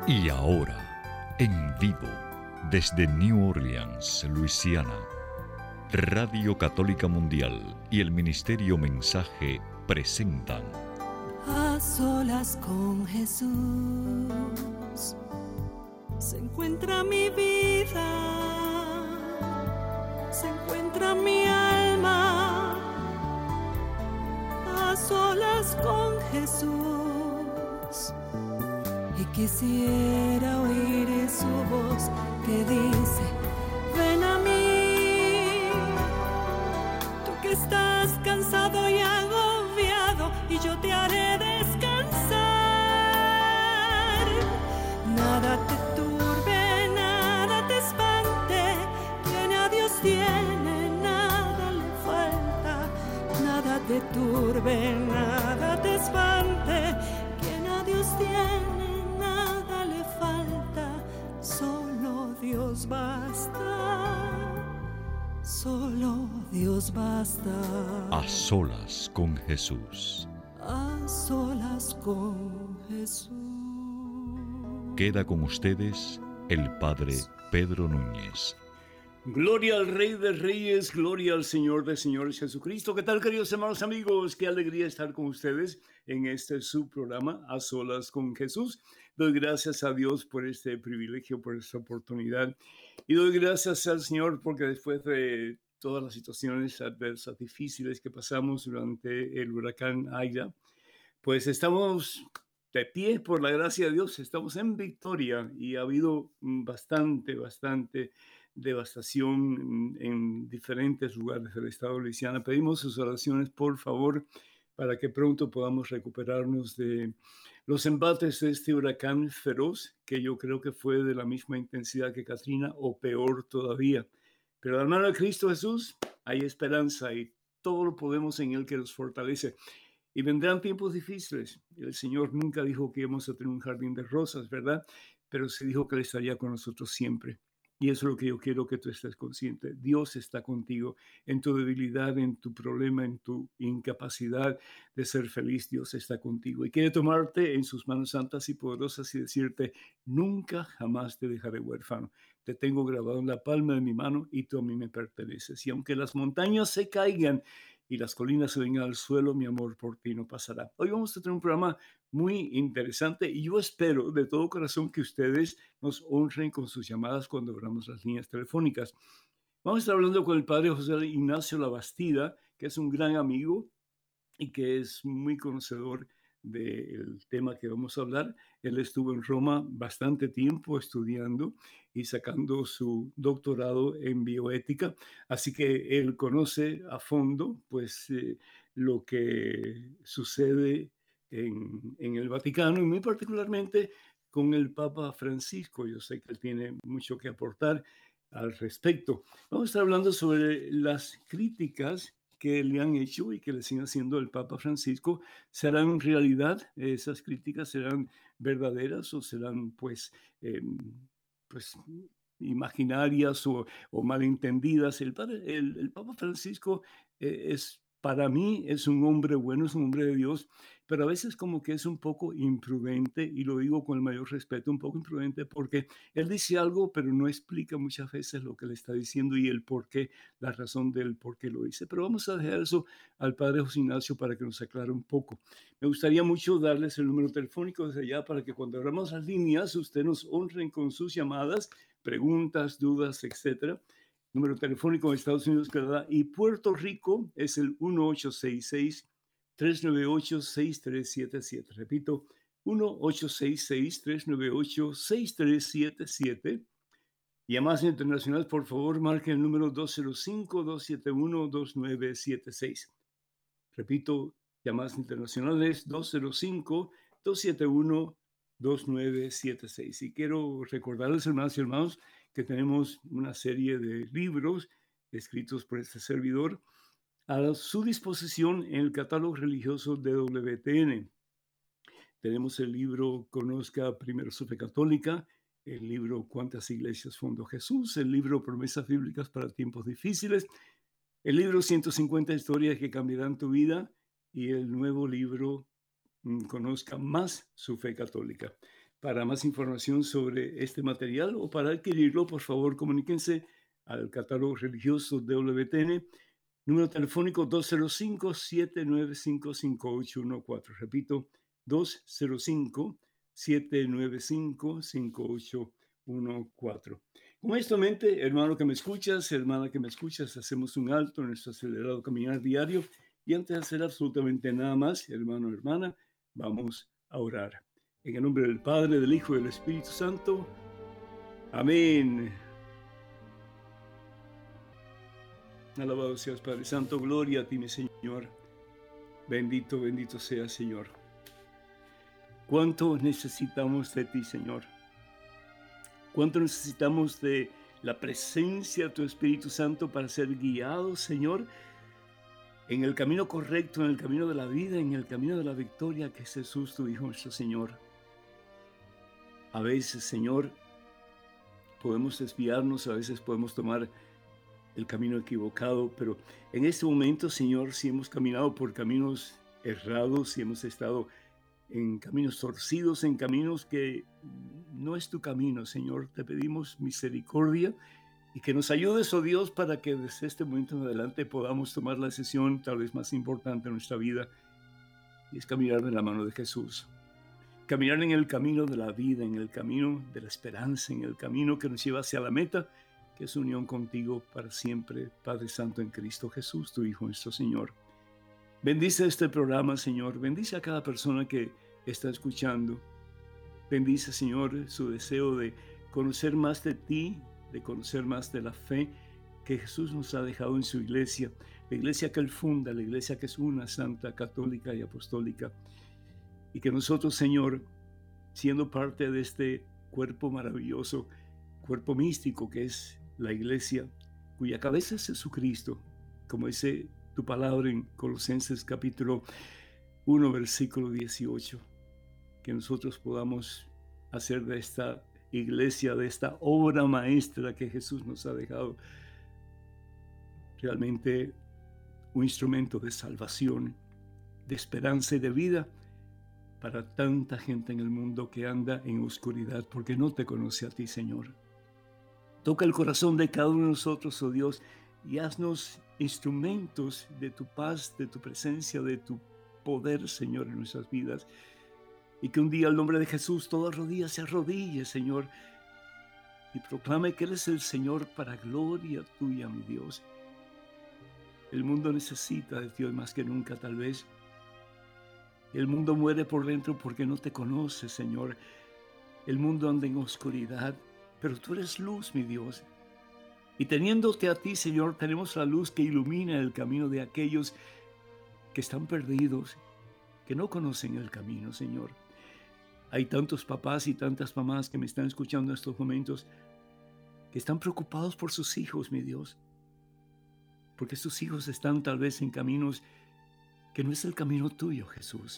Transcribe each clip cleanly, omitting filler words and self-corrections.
Y ahora, en vivo, desde New Orleans, Luisiana, Radio Católica Mundial y el Ministerio Mensaje presentan A solas con Jesús se encuentra mi vida, se encuentra mi alma. A solas con Jesús, y quisiera oír su voz que dice: ven a mí, tú que estás cansado y agobiado, y yo te haré descansar. Nada te turbe, nada te espante, quien a Dios tiene, nada le falta. Nada te turbe, nada te espante, quien a Dios tiene, nada le falta. Solo Dios basta, solo Dios basta. A solas con Jesús. A solas con Jesús. Queda con ustedes el Padre Pedro Núñez. Gloria al Rey de Reyes, gloria al Señor de Señores Jesucristo. ¿Qué tal, queridos hermanos amigos? Qué alegría estar con ustedes en este subprograma A Solas con Jesús. Doy gracias a Dios por este privilegio, por esta oportunidad. Y doy gracias al Señor porque después de todas las situaciones adversas, difíciles que pasamos durante el huracán Aida, pues estamos de pie por la gracia de Dios, estamos en victoria y ha habido bastante devastación en diferentes lugares del estado de Luisiana. Pedimos sus oraciones, por favor, para que pronto podamos recuperarnos de los embates de este huracán feroz, que yo creo que fue de la misma intensidad que Katrina o peor todavía. Pero de la mano de Cristo Jesús hay esperanza y todo lo podemos en Él que nos fortalece. Y vendrán tiempos difíciles. El Señor nunca dijo que íbamos a tener un jardín de rosas, ¿verdad? Pero sí dijo que Él estaría con nosotros siempre. Y eso es lo que yo quiero que tú estés consciente. Dios está contigo en tu debilidad, en tu problema, en tu incapacidad de ser feliz. Dios está contigo y quiere tomarte en sus manos santas y poderosas y decirte: nunca jamás te dejaré huérfano. Te tengo grabado en la palma de mi mano y tú a mí me perteneces. Y aunque las montañas se caigan y las colinas se vengan al suelo, mi amor por ti no pasará. Hoy vamos a tener un programa muy interesante y yo espero de todo corazón que ustedes nos honren con sus llamadas cuando abramos las líneas telefónicas. Vamos a estar hablando con el padre José Ignacio Labastida, que es un gran amigo y que es muy conocedor del tema que vamos a hablar. Él estuvo en Roma bastante tiempo estudiando y sacando su doctorado en bioética, así que él conoce a fondo pues lo que sucede en el Vaticano y muy particularmente con el Papa Francisco. Yo sé que él tiene mucho que aportar al respecto. Vamos a estar hablando sobre las críticas que le han hecho y que le siguen haciendo el Papa Francisco. ¿Serán realidad? ¿Esas críticas serán verdaderas o serán pues imaginarias o malentendidas? El Papa Francisco para mí es un hombre bueno, es un hombre de Dios, pero a veces como que es un poco imprudente, y lo digo con el mayor respeto, un poco imprudente porque él dice algo, pero no explica muchas veces lo que le está diciendo y el por qué, la razón del por qué lo dice. Pero vamos a dejar eso al padre José Ignacio para que nos aclare un poco. Me gustaría mucho darles el número telefónico desde allá para que cuando abramos las líneas, usted nos honren con sus llamadas, preguntas, dudas, etcétera. Número telefónico en Estados Unidos, Canadá y Puerto Rico es el 1866-398-6377. Repito, 1866-398-6377. Llamadas internacionales, por favor, marquen el número 205-271-2976. Repito, llamadas internacionales 205-271-2976. Y quiero recordarles, hermanos y hermanos, que tenemos una serie de libros escritos por este servidor a su disposición en el catálogo religioso de WTN. Tenemos el libro Conozca Primero su Fe Católica, el libro ¿Cuántas iglesias fundó Jesús?, el libro Promesas Bíblicas para Tiempos Difíciles, el libro 150 historias que cambiarán tu vida y el nuevo libro Conozca Más su Fe Católica. Para más información sobre este material o para adquirirlo, por favor, comuníquense al catálogo religioso de WTN, número telefónico 205-795-5814. Repito, 205-795-5814. Con esto en mente, hermano que me escuchas, hermana que me escuchas, hacemos un alto en nuestro acelerado caminar diario y antes de hacer absolutamente nada más, hermano, hermana, vamos a orar. En el nombre del Padre, del Hijo y del Espíritu Santo. Amén. Alabado seas, Padre Santo. Gloria a ti, mi Señor. Bendito, bendito seas, Señor. ¿Cuánto necesitamos de ti, Señor? ¿Cuánto necesitamos de la presencia de tu Espíritu Santo para ser guiados, Señor, en el camino correcto, en el camino de la vida, en el camino de la victoria que es Jesús, tu Hijo, nuestro Señor? A veces, Señor, podemos desviarnos, a veces podemos tomar el camino equivocado, pero en este momento, Señor, si hemos caminado por caminos errados, si hemos estado en caminos torcidos, en caminos que no es tu camino, Señor, te pedimos misericordia y que nos ayudes, oh Dios, para que desde este momento en adelante podamos tomar la decisión tal vez más importante de nuestra vida, y es caminar de la mano de Jesús. Caminar en el camino de la vida, en el camino de la esperanza, en el camino que nos lleva hacia la meta, que es unión contigo para siempre, Padre Santo, en Cristo Jesús, tu Hijo, nuestro Señor. Bendice este programa, Señor. Bendice a cada persona que está escuchando. Bendice, Señor, su deseo de conocer más de ti, de conocer más de la fe que Jesús nos ha dejado en su iglesia, la iglesia que Él funda, la iglesia que es una, santa, católica y apostólica. Y que nosotros, Señor, siendo parte de este cuerpo maravilloso, cuerpo místico que es la iglesia, cuya cabeza es Jesucristo, como dice tu palabra en Colosenses capítulo 1, versículo 18, que nosotros podamos hacer de esta iglesia, de esta obra maestra que Jesús nos ha dejado, realmente un instrumento de salvación, de esperanza y de vida para tanta gente en el mundo que anda en oscuridad porque no te conoce a ti, Señor. Toca el corazón de cada uno de nosotros, oh Dios, y haznos instrumentos de tu paz, de tu presencia, de tu poder, Señor, en nuestras vidas. Y que un día el nombre de Jesús, toda rodilla se arrodille, Señor, y proclame que Él es el Señor para gloria tuya, mi Dios. El mundo necesita de ti hoy más que nunca, tal vez. El mundo muere por dentro porque no te conoce, Señor. El mundo anda en oscuridad, pero tú eres luz, mi Dios. Y teniéndote a ti, Señor, tenemos la luz que ilumina el camino de aquellos que están perdidos, que no conocen el camino, Señor. Hay tantos papás y tantas mamás que me están escuchando en estos momentos que están preocupados por sus hijos, mi Dios. Porque sus hijos están tal vez en caminos que no es el camino tuyo, Jesús.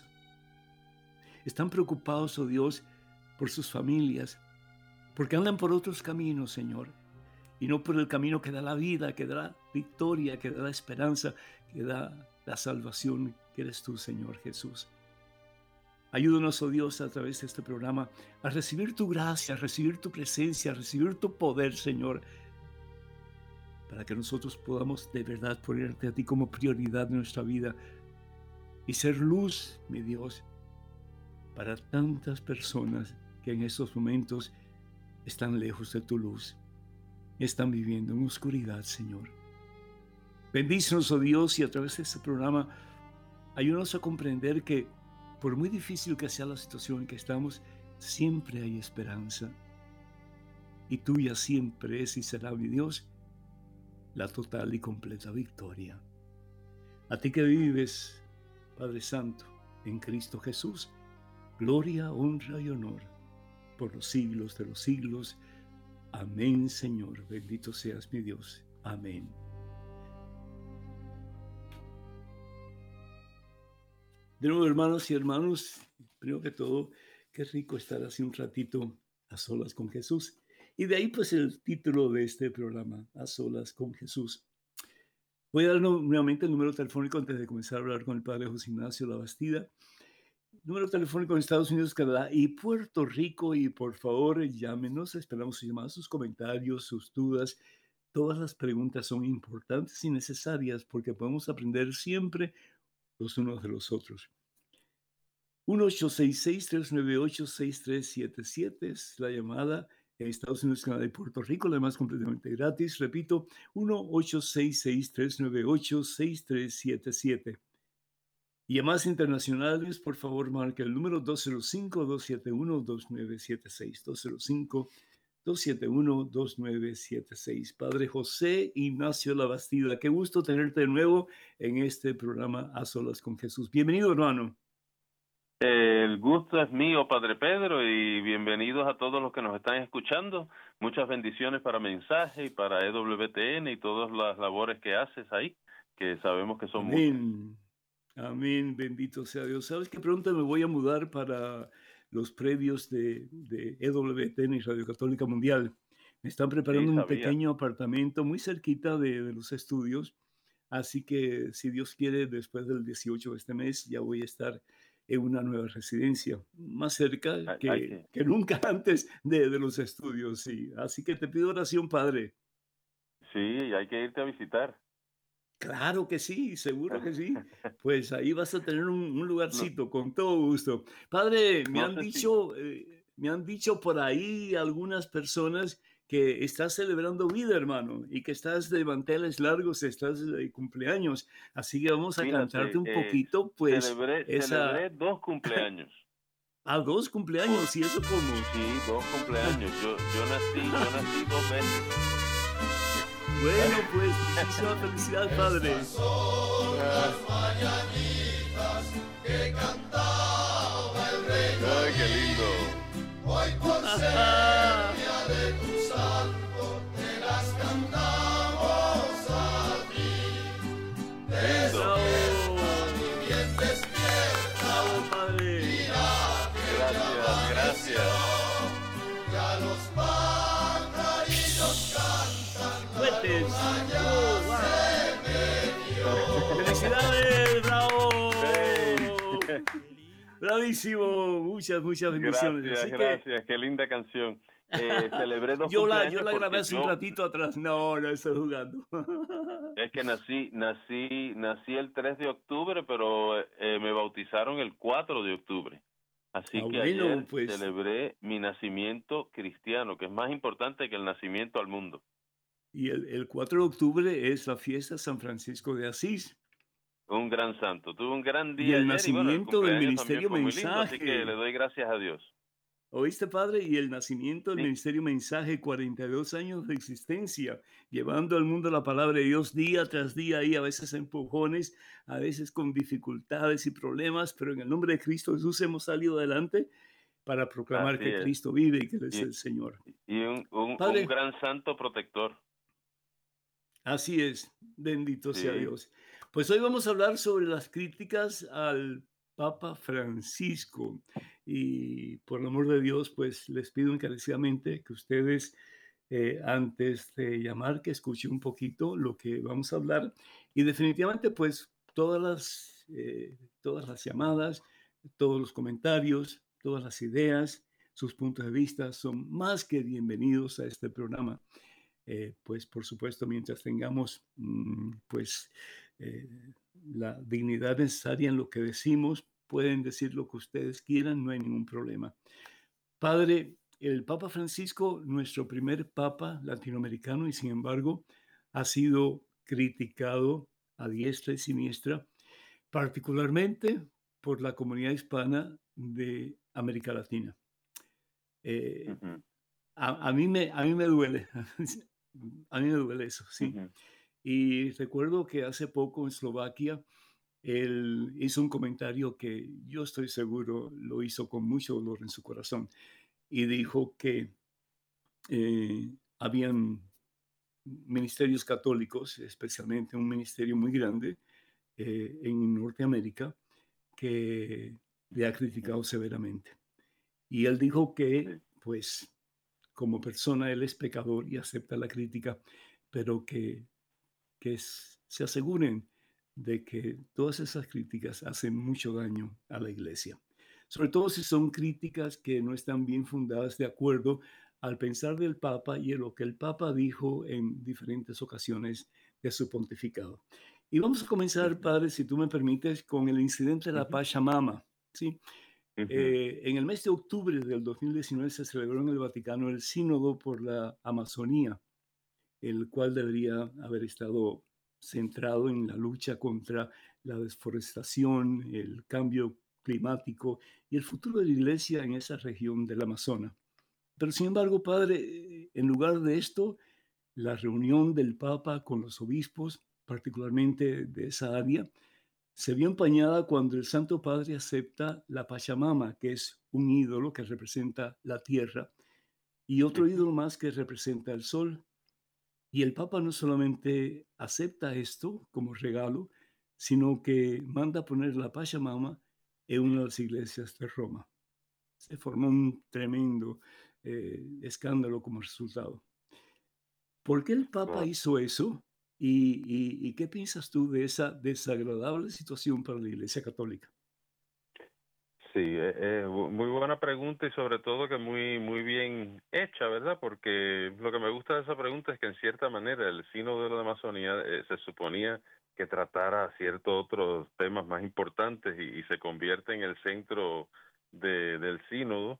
Están preocupados, oh Dios, por sus familias, porque andan por otros caminos, Señor, y no por el camino que da la vida, que da la victoria, que da la esperanza, que da la salvación, que eres tú, Señor Jesús. Ayúdanos, oh Dios, a través de este programa, a recibir tu gracia, a recibir tu presencia, a recibir tu poder, Señor, para que nosotros podamos de verdad ponerte a ti como prioridad en nuestra vida y ser luz, mi Dios, para tantas personas que en estos momentos están lejos de tu luz, están viviendo en oscuridad, Señor. Bendícenos, oh Dios, y a través de este programa, ayúdanos a comprender que por muy difícil que sea la situación en que estamos, siempre hay esperanza. Y tuya siempre es y será, mi Dios, la total y completa victoria. A ti que vives, Padre Santo, en Cristo Jesús, gloria, honra y honor por los siglos de los siglos. Amén, Señor. Bendito seas, mi Dios. Amén. De nuevo, hermanos y hermanos, primero que todo, qué rico estar así un ratito a solas con Jesús. Y de ahí pues el título de este programa, A Solas con Jesús. Voy a dar nuevamente el número telefónico antes de comenzar a hablar con el Padre José Ignacio Labastida. número telefónico en Estados Unidos, Canadá y Puerto Rico. Y por favor, llámenos. Esperamos sus llamadas, sus comentarios, sus dudas. Todas las preguntas son importantes y necesarias porque podemos aprender siempre los unos de los otros. 1-866-398-6377 es la llamada en Estados Unidos, Canadá y Puerto Rico, además completamente gratis. Repito, 1-866-398-6377. Y llamadas internacionales, por favor, marque el número 205-271-2976. 205-271-2976. Padre José Ignacio Labastida, qué gusto tenerte de nuevo en este programa A Solas con Jesús. Bienvenido, hermano. El gusto es mío, Padre Pedro, y bienvenidos a todos los que nos están escuchando. Muchas bendiciones para Mensaje y para EWTN y todas las labores que haces ahí, que sabemos que son muchas. Amén, bendito sea Dios. ¿Sabes qué? Pronto me voy a mudar para los predios de EWTN y Radio Católica Mundial. Me están preparando un pequeño apartamento muy cerquita de los estudios, así que si Dios quiere, después del 18 de este mes ya voy a estar en una nueva residencia, más cerca que nunca antes de los estudios. Sí. Así que te pido oración, Padre. Sí, hay que irte a visitar. Claro que sí, seguro que sí. Pues ahí vas a tener un lugarcito, con todo gusto. Padre, me han dicho por ahí algunas personas que estás celebrando vida, hermano, y que estás de manteles largos, estás de cumpleaños. Así que vamos a cantarte un poquito, pues. Celebré 2 cumpleaños. ¿Ah, 2 cumpleaños? ¿Y eso cómo? Sí, 2 cumpleaños. Yo nací 2 veces. Bueno, pues, muchísima felicidad, Padre. Son las mañanitas que cantaba el rey. ¡Ay, qué lindo! Hoy por ser día de tu santo, te las cantamos a ti. ¡Bravo! Y bien despierta, ¡Bravo, Padre! mira que Gracias. ya los pajarillos cantan. ¡Fuertes! ¡Felicidades! ¡Bravo! ¡Bravísimo! Muchas bendiciones. Gracias. Qué linda canción. Celebré 2 Yo cumpleaños. la grabé hace un ratito atrás. No, estoy jugando. Es que nací el 3 de octubre, pero me bautizaron el 4 de octubre. Así que ayer celebré mi nacimiento cristiano, que es más importante que el nacimiento al mundo. Y el 4 de octubre es la fiesta de San Francisco de Asís. Un gran santo. Tuve un gran día y el ayer, nacimiento del Ministerio Mensaje. Lindo, así que le doy gracias a Dios. ¿Oíste, Padre? Y el nacimiento del Ministerio Mensaje, 42 años de existencia, llevando al mundo la palabra de Dios día tras día, y a veces empujones, a veces con dificultades y problemas, pero en el nombre de Cristo Jesús hemos salido adelante para proclamar que Cristo vive y que Él es el Señor. Y un gran santo protector. Así es, bendito sea Dios. Pues hoy vamos a hablar sobre las críticas al Papa Francisco. Y por el amor de Dios, pues les pido encarecidamente que ustedes, antes de llamar, que escuchen un poquito lo que vamos a hablar. Y definitivamente, pues todas las llamadas, todos los comentarios, todas las ideas, sus puntos de vista son más que bienvenidos a este programa. Pues por supuesto, mientras tengamos la dignidad necesaria en lo que decimos, pueden decir lo que ustedes quieran, no hay ningún problema. Padre, el Papa Francisco, nuestro primer Papa latinoamericano, y sin embargo ha sido criticado a diestra y siniestra, particularmente por la comunidad hispana de América Latina. A mí me duele. A mí me duele eso, sí. Y recuerdo que hace poco en Eslovaquia, él hizo un comentario que yo estoy seguro lo hizo con mucho dolor en su corazón. Y dijo que habían ministerios católicos, especialmente un ministerio muy grande en Norteamérica, que le ha criticado severamente. Y él dijo que, pues, como persona él es pecador y acepta la crítica, pero que se aseguren de que todas esas críticas hacen mucho daño a la iglesia. sobre todo si son críticas que no están bien fundadas de acuerdo al pensar del Papa y en lo que el Papa dijo en diferentes ocasiones de su pontificado. Y vamos a comenzar, Ujú, padre, si tú me permites, con el incidente de la ujú, Pachamama, ¿sí? ujú, En el mes de octubre del 2019 se celebró en el Vaticano el Sínodo por la Amazonía, el cual debería haber estado centrado en la lucha contra la desforestación, el cambio climático y el futuro de la iglesia en esa región del Amazonas. Pero sin embargo, padre, en lugar de esto, la reunión del Papa con los obispos, particularmente de esa área, se vio empañada cuando el Santo Padre acepta la Pachamama, que es un ídolo que representa la tierra, y otro ujú. ídolo más que representa el sol. Y el Papa no solamente acepta esto como regalo, sino que manda poner la Pachamama en una de las iglesias de Roma. Se formó un tremendo escándalo como resultado. ¿Por qué el Papa Wow. hizo eso? ¿Y qué piensas tú de esa desagradable situación para la Iglesia Católica? Sí, muy buena pregunta y sobre todo que muy bien hecha, ¿verdad? Porque lo que me gusta de esa pregunta es que en cierta manera el Sínodo de la Amazonía se suponía que tratara ciertos otros temas más importantes y se convierte en el centro del Sínodo,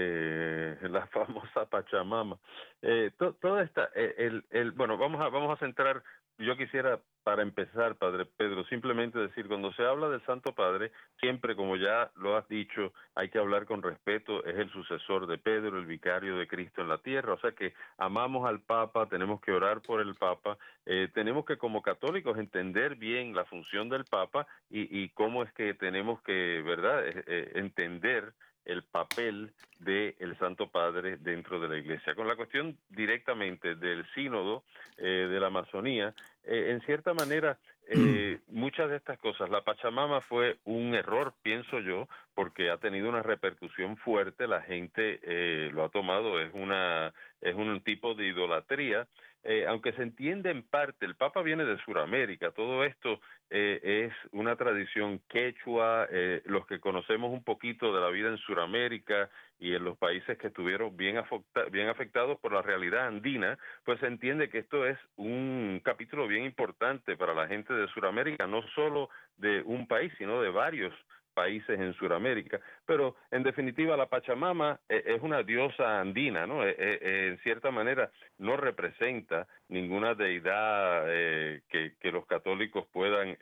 en la famosa Pachamama. Toda esta, bueno, vamos a centrar, yo quisiera para empezar, Padre Pedro, simplemente decir, cuando se habla del Santo Padre, siempre, como ya lo has dicho, hay que hablar con respeto, es el sucesor de Pedro, el vicario de Cristo en la tierra, o sea que amamos al Papa, tenemos que orar por el Papa, tenemos que como católicos entender bien la función del Papa y cómo es que tenemos que, ¿verdad?, entender el papel del Santo Padre dentro de la Iglesia. Con la cuestión directamente del sínodo de la Amazonía, en cierta manera, muchas de estas cosas, la Pachamama fue un error, pienso yo, porque ha tenido una repercusión fuerte, la gente lo ha tomado, es un tipo de idolatría, aunque se entiende en parte, el Papa viene de Sudamérica, todo esto es una tradición quechua, los que conocemos un poquito de la vida en Sudamérica y en los países que estuvieron bien afectados por la realidad andina, pues se entiende que esto es un capítulo bien importante para la gente de Sudamérica, no solo de un país, sino de varios países en Sudamérica, pero en definitiva la Pachamama es una diosa andina, ¿no? En cierta manera no representa ninguna deidad que los católicos puedan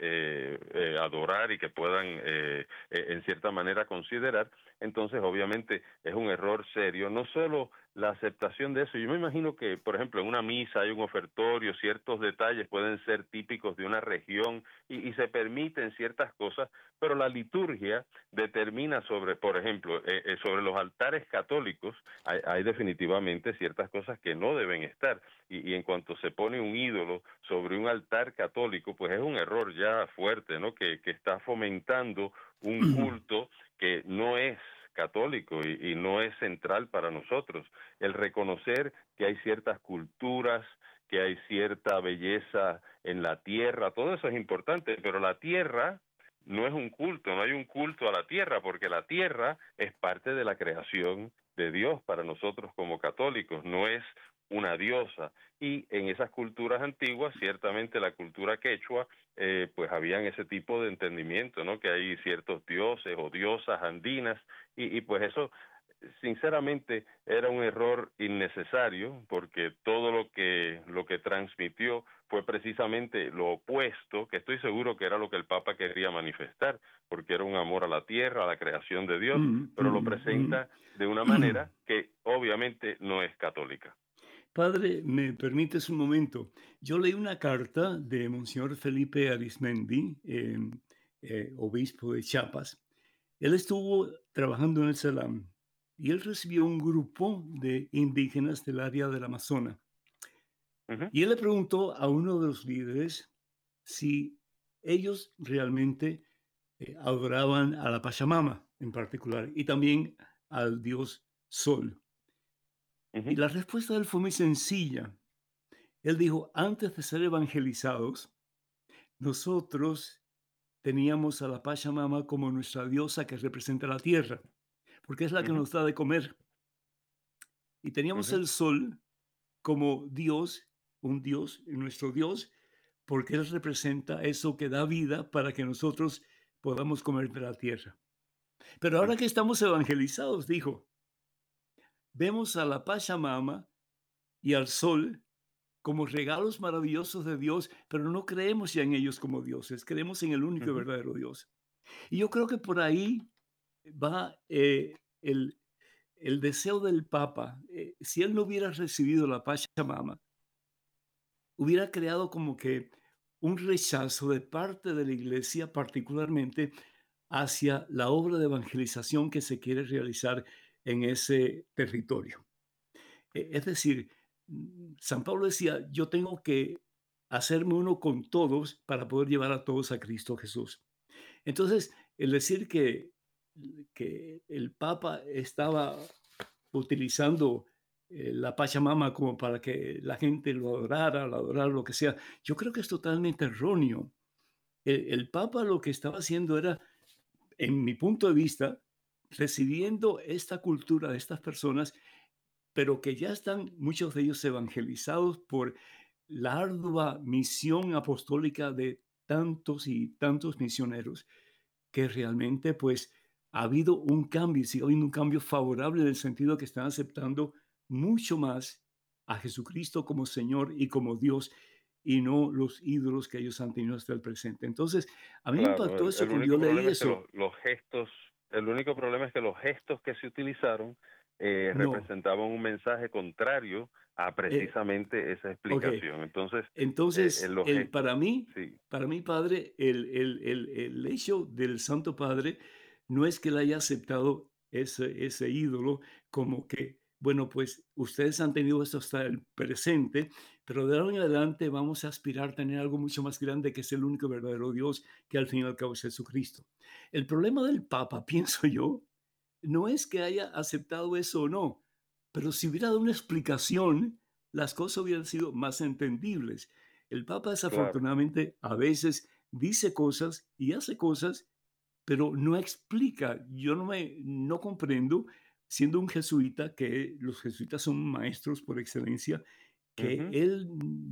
adorar y que puedan en cierta manera considerar, entonces obviamente es un error serio, no solo la aceptación de eso. Yo me imagino que, por ejemplo, en una misa hay un ofertorio, ciertos detalles pueden ser típicos de una región y se permiten ciertas cosas, pero la liturgia determina sobre, por ejemplo, sobre los altares católicos, hay definitivamente ciertas cosas que no deben estar. Y en cuanto se pone un ídolo sobre un altar católico, pues es un error ya fuerte, ¿no? Que está fomentando un culto que no es católico y no es central para nosotros. El reconocer que hay ciertas culturas, que hay cierta belleza en la tierra, todo eso es importante, pero la tierra no es un culto, no hay un culto a la tierra, porque la tierra es parte de la creación de Dios para nosotros como católicos, no es una diosa. Y en esas culturas antiguas, ciertamente la cultura quechua, pues habían ese tipo de entendimiento, ¿no? Que hay ciertos dioses o diosas andinas, y pues eso sinceramente era un error innecesario porque todo lo que transmitió fue precisamente lo opuesto, que estoy seguro que era lo que el Papa quería manifestar, porque era un amor a la tierra, a la creación de Dios, pero lo presenta de una manera que obviamente no es católica. Padre, ¿me permites un momento? Yo leí una carta de Monseñor Felipe Arismendi, obispo de Chiapas. Él estuvo trabajando en el Salam y él recibió un grupo de indígenas del área del Amazonas. Ujú, Y él le preguntó a uno de los líderes si ellos realmente adoraban a la Pachamama en particular y también al dios Sol. Y ujú, la respuesta de él fue muy sencilla. Él dijo, antes de ser evangelizados, nosotros teníamos a la Pachamama como nuestra diosa que representa la tierra, porque es la que nos da de comer. Y teníamos el sol como Dios, un Dios, nuestro Dios, porque Él representa eso que da vida para que nosotros podamos comer de la tierra. Pero ahora que estamos evangelizados, dijo, vemos a la Pachamama y al sol como regalos maravillosos de Dios, pero no creemos ya en ellos como dioses, creemos en el único y verdadero Dios. Y yo creo que por ahí va el deseo del Papa. Si él no hubiera recibido la Pachamama, hubiera creado como que un rechazo de parte de la Iglesia, particularmente hacia la obra de evangelización que se quiere realizar en ese territorio. Es decir, San Pablo decía, yo tengo que hacerme uno con todos para poder llevar a todos a Cristo Jesús. Entonces, el decir que el Papa estaba utilizando la Pachamama como para que la gente lo adorara, lo que sea, yo creo que es totalmente erróneo. El Papa lo que estaba haciendo era, en mi punto de vista, recibiendo esta cultura de estas personas, pero que ya están muchos de ellos evangelizados por la ardua misión apostólica de tantos y tantos misioneros, que realmente pues ha habido un cambio, sigue habiendo un cambio favorable en el sentido que están aceptando mucho más a Jesucristo como Señor y como Dios, y no los ídolos que ellos han tenido hasta el presente. Entonces, a mí me impactó eso cuando yo leí eso. El único problema es que los gestos que se utilizaron representaban un mensaje contrario a precisamente esa explicación. Okay. Entonces para mí, padre, el hecho del Santo Padre no es que él haya aceptado ese ídolo como que, bueno, pues ustedes han tenido esto hasta el presente, pero de ahora en adelante vamos a aspirar a tener algo mucho más grande, que es el único verdadero Dios, que al fin y al cabo es Jesucristo. El problema del Papa, pienso yo, no es que haya aceptado eso o no, pero si hubiera dado una explicación, las cosas hubieran sido más entendibles. El Papa desafortunadamente a veces dice cosas y hace cosas, pero no explica. Yo no comprendo, siendo un jesuita, que los jesuitas son maestros por excelencia, que él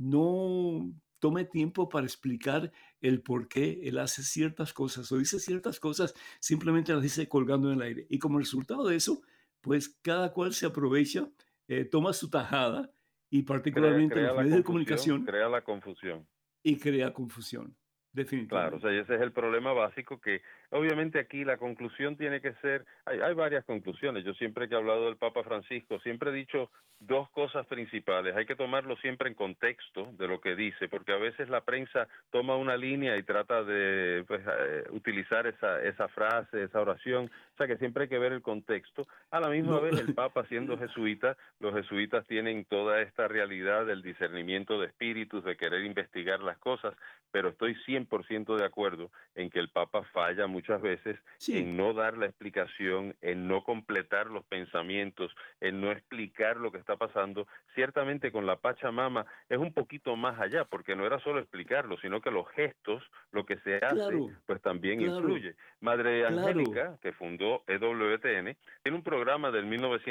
no tome tiempo para explicar el por qué él hace ciertas cosas o dice ciertas cosas, simplemente las dice colgando en el aire. Y como resultado de eso, pues cada cual se aprovecha, toma su tajada, y particularmente crea los medios de comunicación. Crea la confusión. Y crea confusión, definitivamente. Claro, o sea, ese es el problema básico, que obviamente aquí la conclusión tiene que ser, hay varias conclusiones. Yo siempre que he hablado del Papa Francisco, siempre he dicho dos cosas principales. Hay que tomarlo siempre en contexto de lo que dice, porque a veces la prensa toma una línea y trata de utilizar esa frase, esa oración. O sea, que siempre hay que ver el contexto. A la misma vez, el Papa, siendo jesuita, los jesuitas tienen toda esta realidad del discernimiento de espíritus, de querer investigar las cosas, pero estoy 100% de acuerdo en que el Papa falla muchas veces en no dar la explicación, en no completar los pensamientos, en no explicar lo que está pasando. Ciertamente con la Pachamama es un poquito más allá, porque no era solo explicarlo, sino que los gestos, lo que se hace, pues también influye. Madre Angélica, que fundó EWTN, tiene un programa del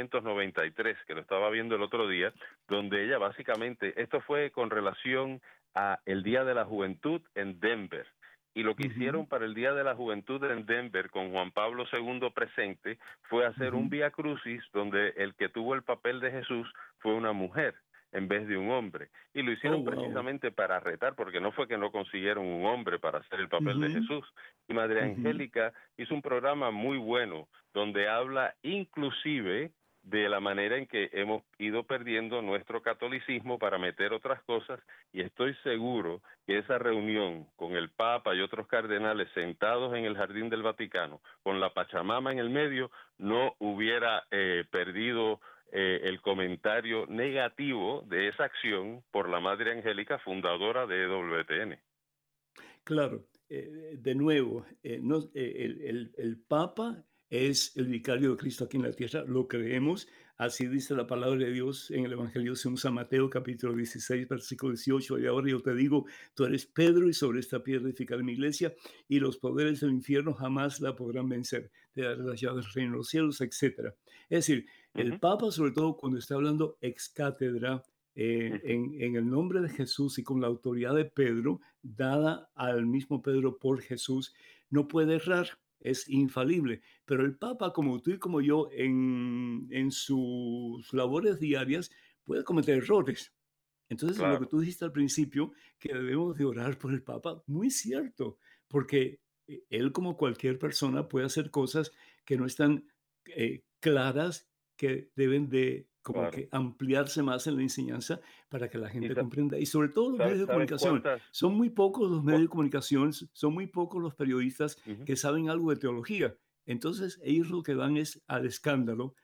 1993, que lo estaba viendo el otro día, donde ella básicamente, esto fue con relación a el Día de la Juventud en Denver. Y lo que hicieron para el Día de la Juventud en Denver, con Juan Pablo II presente, fue hacer un Vía Crucis donde el que tuvo el papel de Jesús fue una mujer en vez de un hombre. Y lo hicieron precisamente para retar, porque no fue que no consiguieron un hombre para hacer el papel de Jesús. Y Madre Angélica hizo un programa muy bueno donde habla inclusive de la manera en que hemos ido perdiendo nuestro catolicismo para meter otras cosas, y estoy seguro que esa reunión con el Papa y otros cardenales sentados en el Jardín del Vaticano, con la Pachamama en el medio, no hubiera perdido el comentario negativo de esa acción por la Madre Angélica, fundadora de EWTN. Claro, de nuevo, el Papa es el vicario de Cristo aquí en la tierra, lo creemos. Así dice la palabra de Dios en el Evangelio según San Mateo, capítulo 16, versículo 18. Y ahora yo te digo, tú eres Pedro y sobre esta piedra edificaré mi iglesia y los poderes del infierno jamás la podrán vencer. Te daré las llaves del reino de los cielos, etc. Es decir, el Papa, sobre todo cuando está hablando ex cátedra, en el nombre de Jesús y con la autoridad de Pedro, dada al mismo Pedro por Jesús, no puede errar, es infalible. Pero el Papa, como tú y como yo, en sus labores diarias, puede cometer errores. Entonces, lo que Claro. tú dijiste al principio, que debemos de orar por el Papa, muy cierto, porque él, como cualquier persona, puede hacer cosas que no están claras, que deben de como Claro. que ampliarse más en la enseñanza para que la ¿Y gente comprenda. Y sobre todo los medios de sabes comunicación. cuántas? Son muy pocos los medios cua- de comunicación, son muy pocos los periodistas Ujú. que saben algo de teología. Entonces, ellos lo que van es al escándalo,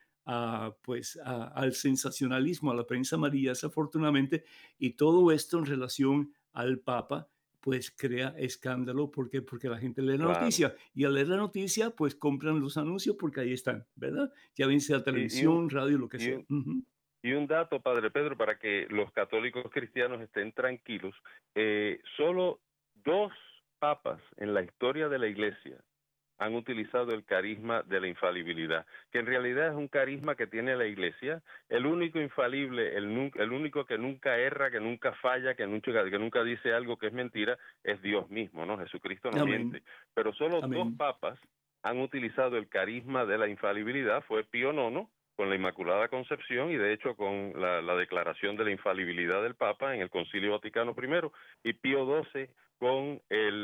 al sensacionalismo, a la prensa amarilla, desafortunadamente, y todo esto en relación al Papa, pues crea escándalo. ¿Por qué? Porque la gente lee la Claro. noticia y al leer la noticia, pues compran los anuncios porque ahí están, ¿verdad? Ya bien sea Y, y un, televisión, radio, lo que y sea. un, Ujú. y un dato, Padre Pedro, para que los católicos cristianos estén tranquilos. Solo 2 papas en la historia de la Iglesia han utilizado el carisma de la infalibilidad, que en realidad es un carisma que tiene la Iglesia. El único infalible, el único que nunca erra, que nunca falla, que nunca dice algo que es mentira, es Dios mismo, ¿no? Jesucristo no Amén, miente. Pero solo 2 amén. papas han utilizado el carisma de la infalibilidad. Fue Pío IX con la Inmaculada Concepción y de hecho con la declaración de la infalibilidad del Papa en el Concilio Vaticano I, y Pío XII con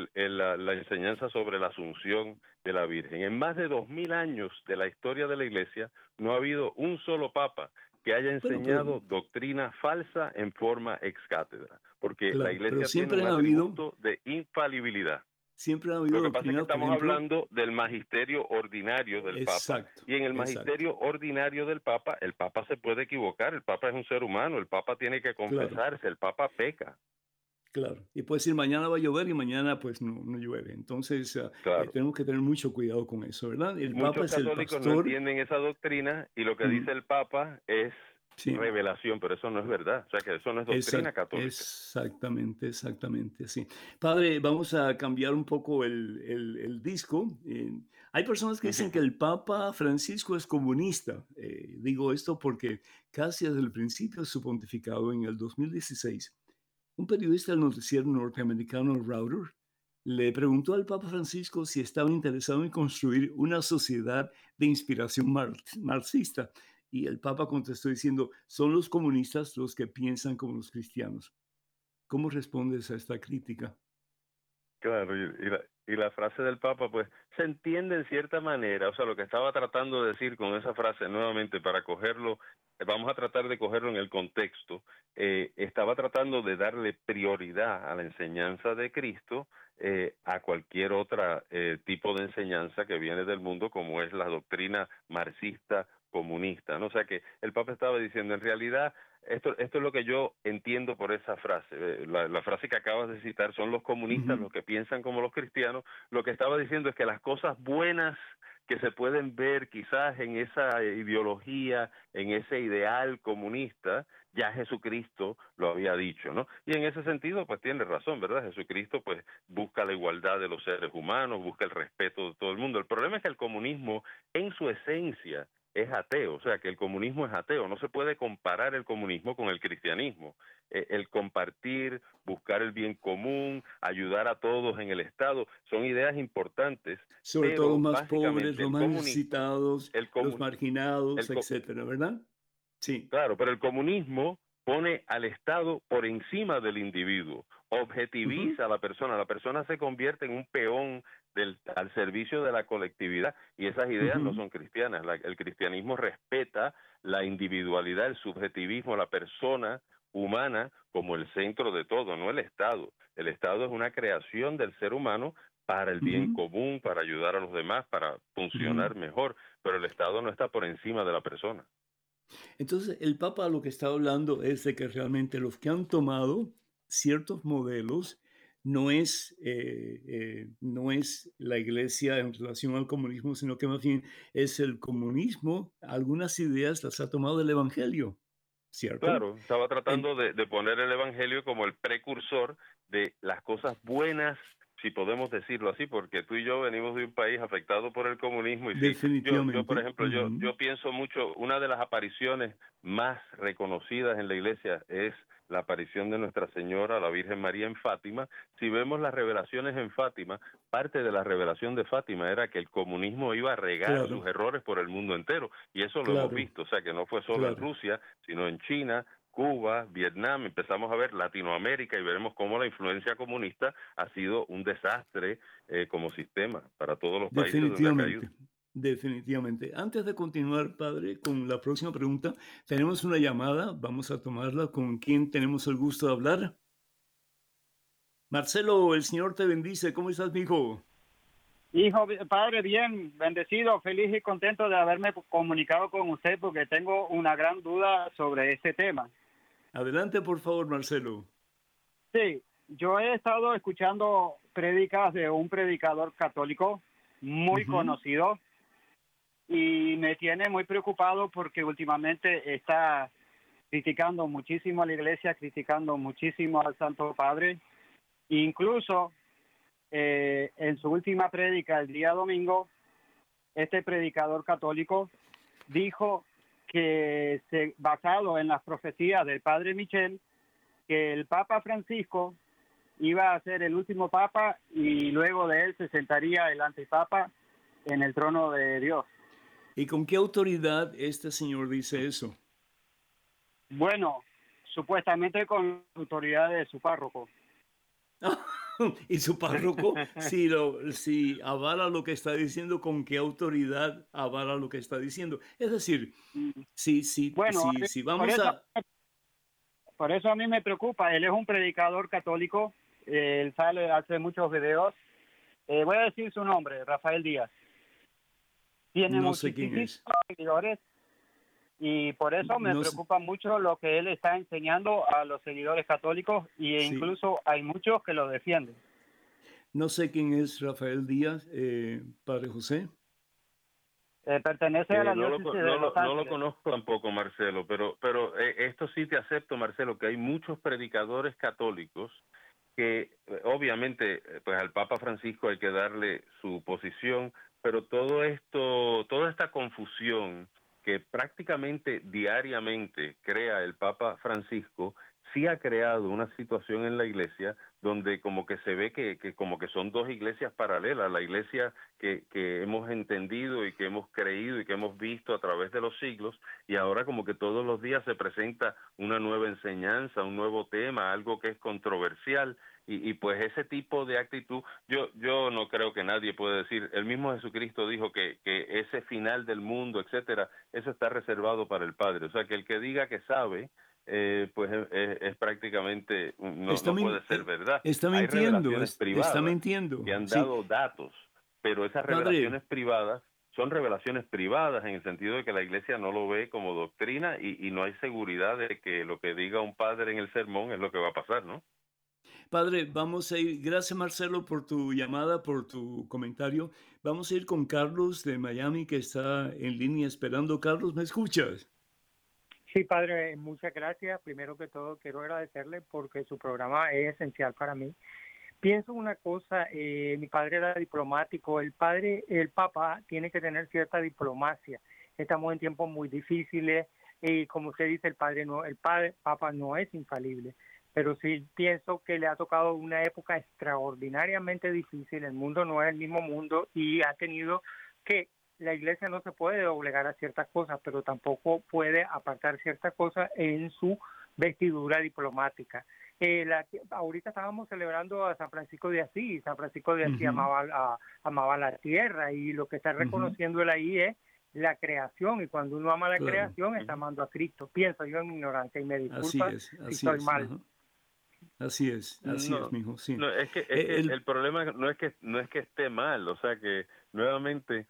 la enseñanza sobre la Asunción de la Virgen. En más de 2000 años de la historia de la Iglesia no ha habido un solo Papa que haya Bueno, pero enseñado doctrina falsa en forma ex cátedra, porque la claro, pero Iglesia tiene un atributo de infalibilidad. siempre ha Lo habido que pasa es que doctrina, por estamos ejemplo, hablando del magisterio ordinario del Papa, exacto, y en el exacto, magisterio ordinario del Papa, el Papa se puede equivocar, el Papa es un ser humano, el Papa tiene que claro. confesarse, el Papa peca. Claro, y puede decir mañana va a llover y mañana pues no llueve. Entonces, Claro. tenemos que tener mucho cuidado con eso, ¿verdad? El Papa Muchos es el católicos no pastor. entienden esa doctrina y lo que Mm, dice el Papa es sí, revelación, pero eso no es verdad, o sea que eso no es doctrina católica. exactamente, exactamente, sí. Padre, vamos a cambiar un poco el disco. Hay personas que dicen que el Papa Francisco es comunista. Digo esto porque casi desde el principio de su pontificado, en el 2016, un periodista del noticiero norteamericano Reuters le preguntó al Papa Francisco si estaba interesado en construir una sociedad de inspiración marxista. Y el Papa contestó diciendo, son los comunistas los que piensan como los cristianos. ¿Cómo respondes a esta crítica? Claro, y la frase del Papa, pues, se entiende en cierta manera, o sea, lo que estaba tratando de decir con esa frase, nuevamente, para cogerlo, vamos a tratar de cogerlo en el contexto, estaba tratando de darle prioridad a la enseñanza de Cristo, a cualquier otra tipo de enseñanza que viene del mundo, como es la doctrina marxista comunista, ¿no? O sea que el Papa estaba diciendo, en realidad, esto es lo que yo entiendo por esa frase. La frase que acabas de citar, son los comunistas Ujú, los que piensan como los cristianos. Lo que estaba diciendo es que las cosas buenas que se pueden ver quizás en esa ideología, en ese ideal comunista, ya Jesucristo lo había dicho, ¿no? Y en ese sentido, pues tiene razón, ¿verdad? Jesucristo pues busca la igualdad de los seres humanos, busca el respeto de todo el mundo. El problema es que el comunismo, en su esencia, es ateo, o sea que el comunismo es ateo, no se puede comparar el comunismo con el cristianismo. El compartir, buscar el bien común, ayudar a todos en el Estado, son ideas importantes, sobre todo los pero más pobres, básicamente los más necesitados, el los comun, marginados, el, co- etcétera, ¿verdad? Sí. claro, pero el comunismo pone al Estado por encima del individuo, Ujú, objetiviza a la persona se convierte en un peón al servicio de la colectividad, y esas ideas no ujú. son cristianas. El cristianismo respeta la individualidad, el subjetivismo, la persona humana como el centro de todo, no el Estado. El Estado es una creación del ser humano para el bien Ujú, común, para ayudar a los demás, para ujú. funcionar mejor, pero el Estado no está por encima de la persona. Entonces, el Papa lo que está hablando es de que realmente los que han tomado ciertos modelos no es la iglesia en relación al comunismo, sino que más bien es el comunismo. Algunas ideas las ha tomado del evangelio, ¿cierto? Claro, estaba tratando de poner el evangelio como el precursor de las cosas buenas, si podemos decirlo así, porque tú y yo venimos de un país afectado por el comunismo y sí, yo por ejemplo, yo pienso mucho, una de las apariciones más reconocidas en la iglesia es la aparición de Nuestra Señora, la Virgen María en Fátima. Si vemos las revelaciones en Fátima, parte de la revelación de Fátima era que el comunismo iba a regar sus errores por el mundo entero, y eso lo hemos visto, o sea que no fue solo en Rusia, sino en China, Cuba, Vietnam, empezamos a ver Latinoamérica y veremos cómo la influencia comunista ha sido un desastre como sistema para todos los países donde ha caído. Definitivamente. Antes de continuar, padre, con la próxima pregunta, tenemos una llamada, vamos a tomarla. ¿Con quién tenemos el gusto de hablar? Marcelo, el Señor te bendice. ¿Cómo estás, mi hijo? Hijo, padre, bien, bendecido, feliz y contento de haberme comunicado con usted porque tengo una gran duda sobre este tema. Adelante, por favor, Marcelo. Sí, yo he estado escuchando prédicas de un predicador católico muy conocido y me tiene muy preocupado porque últimamente está criticando muchísimo a la iglesia, criticando muchísimo al Santo Padre. Incluso en su última prédica el día domingo, este predicador católico dijo que basado en las profecías del Padre Michel, que el Papa Francisco iba a ser el último Papa y luego de él se sentaría el antipapa en el trono de Dios. ¿Y con qué autoridad este señor dice eso? Bueno, supuestamente con la autoridad de su párroco. ¿Y su párroco, si avala lo que está diciendo, con qué autoridad avala lo que está diciendo? Es decir, si vamos Por eso a mí me preocupa. Él es un predicador católico, él hace muchos videos. Voy a decir su nombre, Rafael Díaz. Tiene muchísimos seguidores y por eso me preocupa mucho lo que él está enseñando a los seguidores católicos y incluso hay muchos que lo defienden. No sé quién es Rafael Díaz, Padre José. Pertenece a la diócesis de Los Ángeles. No lo conozco tampoco, Marcelo, pero esto sí te acepto, Marcelo, que hay muchos predicadores católicos que obviamente pues al Papa Francisco hay que darle su posición, pero toda esta confusión que prácticamente diariamente crea el Papa Francisco sí ha creado una situación en la iglesia donde como que se ve que como que son dos iglesias paralelas, la iglesia que hemos entendido y que hemos creído y que hemos visto a través de los siglos, y ahora como que todos los días se presenta una nueva enseñanza, un nuevo tema, algo que es controversial, y pues ese tipo de actitud, yo no creo que nadie puede decir, el mismo Jesucristo dijo que ese final del mundo, etcétera, eso está reservado para el Padre, o sea que el que diga que sabe, pues es prácticamente no puede ser verdad. Está mintiendo, está mintiendo. Que han dado datos, pero esas revelaciones privadas son revelaciones privadas en el sentido de que la iglesia no lo ve como doctrina y no hay seguridad de que lo que diga un padre en el sermón es lo que va a pasar, ¿no? Padre, vamos a ir, gracias Marcelo por tu llamada, por tu comentario. Vamos a ir con Carlos de Miami que está en línea esperando. Carlos, ¿me escuchas? Sí, padre, muchas gracias. Primero que todo, quiero agradecerle porque su programa es esencial para mí. Pienso una cosa, mi padre era diplomático, el Papa tiene que tener cierta diplomacia. Estamos en tiempos muy difíciles y como usted dice, el Papa no es infalible, pero sí pienso que le ha tocado una época extraordinariamente difícil. El mundo no es el mismo mundo y ha tenido que la iglesia no se puede obligar a ciertas cosas, pero tampoco puede apartar ciertas cosas en su vestidura diplomática. Ahorita estábamos celebrando a San Francisco de Asís. San Francisco de Asís amaba la tierra y lo que está reconociendo él ahí es la creación, y cuando uno ama la creación está amando a Cristo. Pienso yo en mi ignorancia y me disculpa si estoy mal. Así es, mijo. Sí. No, es que el problema no es que esté mal, o sea que nuevamente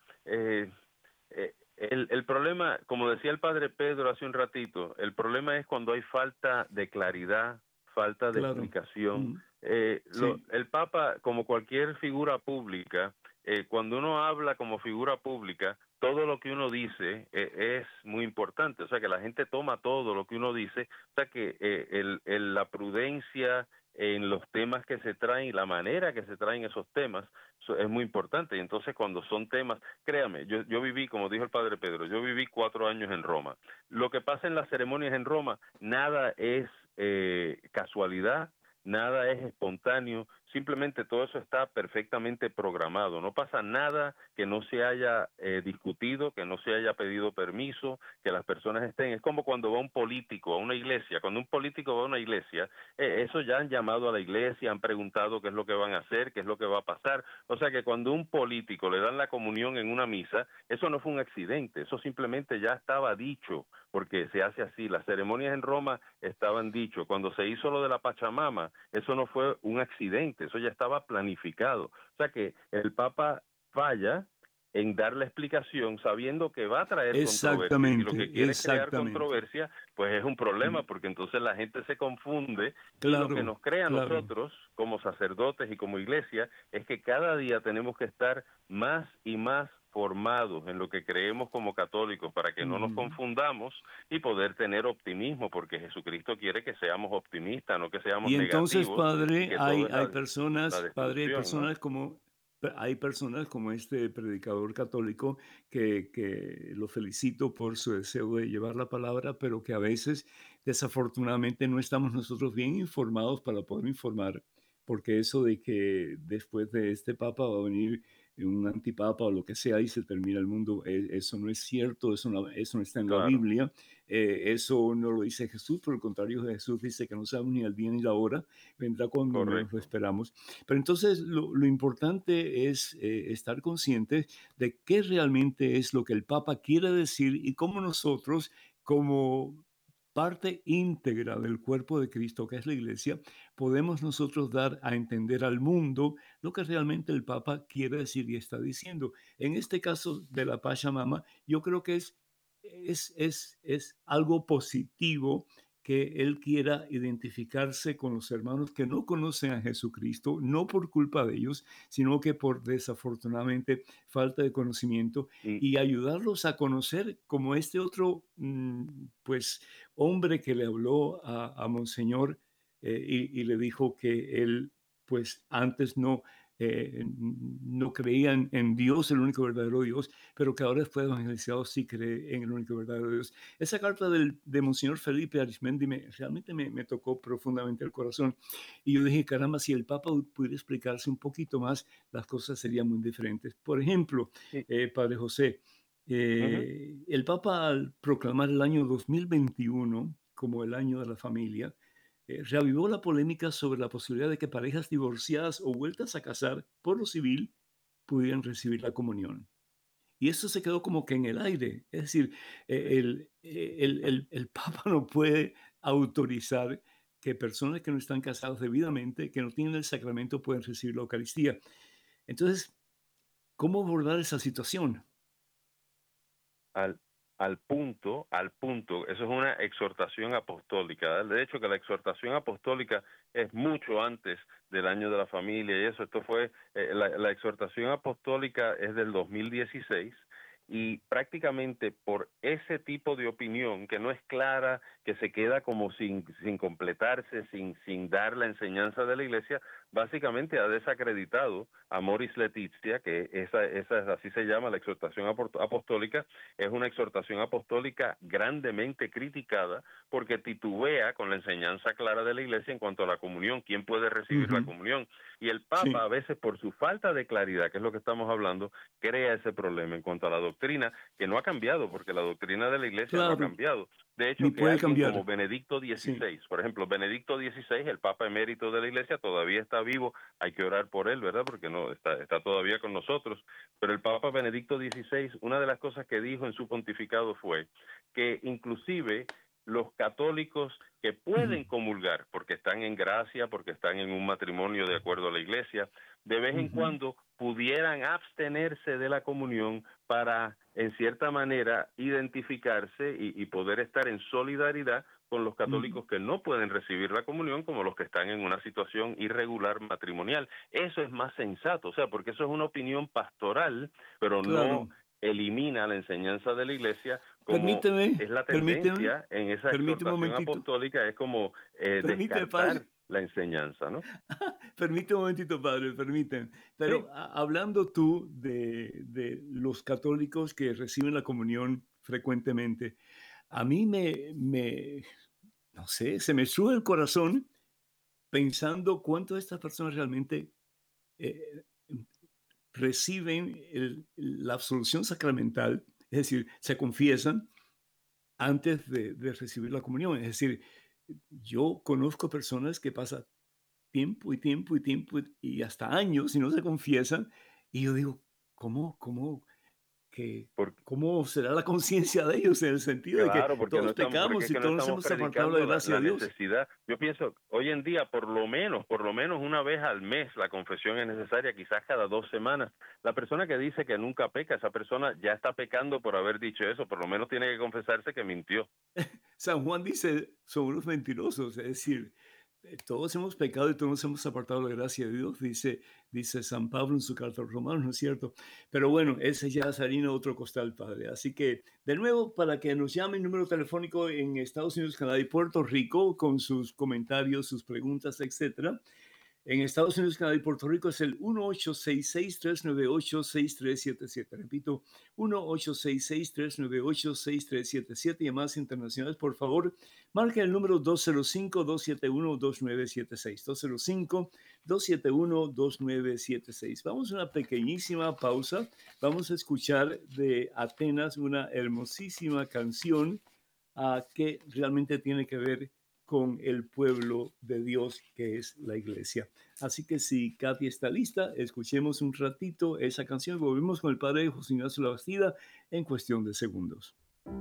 el problema, como decía el padre Pedro hace un ratito, el problema es cuando hay falta de claridad, falta de explicación. El Papa, como cualquier figura pública, cuando uno habla como figura pública, todo lo que uno dice es muy importante, o sea que la gente toma todo lo que uno dice, o sea que la prudencia en los temas que se traen y la manera que se traen esos temas es muy importante. Y entonces cuando son temas, créame, yo viví, como dijo el padre Pedro, yo viví 4 años en Roma. Lo que pasa en las ceremonias en Roma, nada es casualidad, nada es espontáneo, simplemente todo eso está perfectamente programado. No pasa nada que no se haya discutido, que no se haya pedido permiso, que las personas estén. Es como cuando va un político a una iglesia. Cuando un político va a una iglesia, eso ya han llamado a la iglesia, han preguntado qué es lo que van a hacer, qué es lo que va a pasar. O sea que cuando un político le dan la comunión en una misa, eso no fue un accidente, eso simplemente ya estaba dicho, porque se hace así. Las ceremonias en Roma estaban dicho. Cuando se hizo lo de la Pachamama, eso no fue un accidente, eso ya estaba planificado. O sea que el Papa falla en dar la explicación sabiendo que va a traer controversia, y lo que quiere crear controversia, pues es un problema, porque entonces la gente se confunde. Claro, y lo que nos crea a nosotros como sacerdotes y como iglesia es que cada día tenemos que estar más y más formados en lo que creemos como católicos para que no nos confundamos y poder tener optimismo, porque Jesucristo quiere que seamos optimistas, no que seamos negativos. Y entonces, padre, hay personas como este predicador católico que lo felicito por su deseo de llevar la palabra, pero que a veces desafortunadamente no estamos nosotros bien informados para poder informar, porque eso de que después de este papa va a venir un antipapa o lo que sea y se termina el mundo, eso no es cierto, eso no está en la Biblia, eso no lo dice Jesús, por el contrario, Jesús dice que no sabemos ni el día ni la hora, vendrá cuando menos lo esperamos. Pero entonces lo importante es estar conscientes de qué realmente es lo que el Papa quiere decir y cómo nosotros, como parte íntegra del cuerpo de Cristo, que es la Iglesia, podemos nosotros dar a entender al mundo lo que realmente el Papa quiere decir y está diciendo. En este caso de la Pachamama, yo creo que es algo positivo que él quiera identificarse con los hermanos que no conocen a Jesucristo, no por culpa de ellos, sino que por desafortunadamente falta de conocimiento, y ayudarlos a conocer como este otro pues hombre que le habló a Monseñor y le dijo que él pues antes no creían en Dios, el único verdadero Dios, pero que ahora después de evangelizado sí cree en el único verdadero Dios. Esa carta de Monseñor Felipe Arismendi realmente me tocó profundamente el corazón. Y yo dije, caramba, si el Papa pudiera explicarse un poquito más, las cosas serían muy diferentes. Por ejemplo, Padre José, el Papa, al proclamar el año 2021 como el año de la familia, reavivó la polémica sobre la posibilidad de que parejas divorciadas o vueltas a casar por lo civil pudieran recibir la comunión. Y eso se quedó como que en el aire. Es decir, el Papa no puede autorizar que personas que no están casadas debidamente, que no tienen el sacramento, puedan recibir la Eucaristía. Entonces, ¿cómo abordar esa situación? Al punto, eso es una exhortación apostólica. De hecho, que la exhortación apostólica es mucho antes del año de la familia y eso. Esto fue, la exhortación apostólica es del 2016 y prácticamente por ese tipo de opinión que no es clara, que se queda como sin completarse, sin dar la enseñanza de la Iglesia, básicamente ha desacreditado a Amoris Laetitia, que esa así se llama la exhortación apostólica. Es una exhortación apostólica grandemente criticada porque titubea con la enseñanza clara de la Iglesia en cuanto a la comunión, quién puede recibir la comunión. Y el Papa a veces por su falta de claridad, que es lo que estamos hablando, crea ese problema en cuanto a la doctrina, que no ha cambiado, porque la doctrina de la Iglesia no ha cambiado. De hecho, que alguien como Benedicto XVI, por ejemplo, Benedicto XVI, el Papa emérito de la Iglesia, todavía está vivo, hay que orar por él, ¿verdad? Porque no está todavía con nosotros, pero el Papa Benedicto XVI, una de las cosas que dijo en su pontificado fue que inclusive los católicos que pueden comulgar, porque están en gracia, porque están en un matrimonio de acuerdo a la Iglesia, de vez en cuando pudieran abstenerse de la comunión para, en cierta manera, identificarse y poder estar en solidaridad con los católicos que no pueden recibir la comunión, como los que están en una situación irregular matrimonial. Eso es más sensato, o sea, porque eso es una opinión pastoral, pero no elimina la enseñanza de la Iglesia, como es la tendencia en esa exhortación apostólica, es como descartar la enseñanza, ¿no? Permíteme un momentito, padre, permíteme. Pero sí, hablando tú de los católicos que reciben la comunión frecuentemente, a mí no sé, se me sube el corazón pensando cuánto estas personas realmente reciben la absolución sacramental, es decir, se confiesan antes de recibir la comunión. Es decir, yo conozco personas que pasan tiempo y tiempo y tiempo y hasta años y no se confiesan, y yo digo, ¿cómo será la conciencia de ellos en el sentido de que todos pecamos y todos nos hemos apartado de la gracia de Dios? Necesidad. Yo pienso, hoy en día, por lo menos una vez al mes la confesión es necesaria, quizás cada 2 semanas. La persona que dice que nunca peca, esa persona ya está pecando por haber dicho eso, por lo menos tiene que confesarse que mintió. San Juan dice, son unos mentirosos, es decir, todos hemos pecado y todos nos hemos apartado de la gracia de Dios, dice San Pablo en su carta a los Romanos, ¿no es cierto? Pero bueno, ese ya es harina de otro costal, padre. Así que, de nuevo, para que nos llamen, número telefónico en Estados Unidos, Canadá y Puerto Rico, con sus comentarios, sus preguntas, etcétera. En Estados Unidos, Canadá y Puerto Rico es el 1-866-398-6377. Repito, 1-866-398-6377. Y más internacionales, por favor, marque el número 205-271-2976. 205-271-2976. Vamos a una pequeñísima pausa. Vamos a escuchar de Atenas una hermosísima canción que realmente tiene que ver con el pueblo de Dios que es la iglesia. Así que si Katy está lista, escuchemos un ratito esa canción y volvemos con el padre José Ignacio Labastida en cuestión de segundos.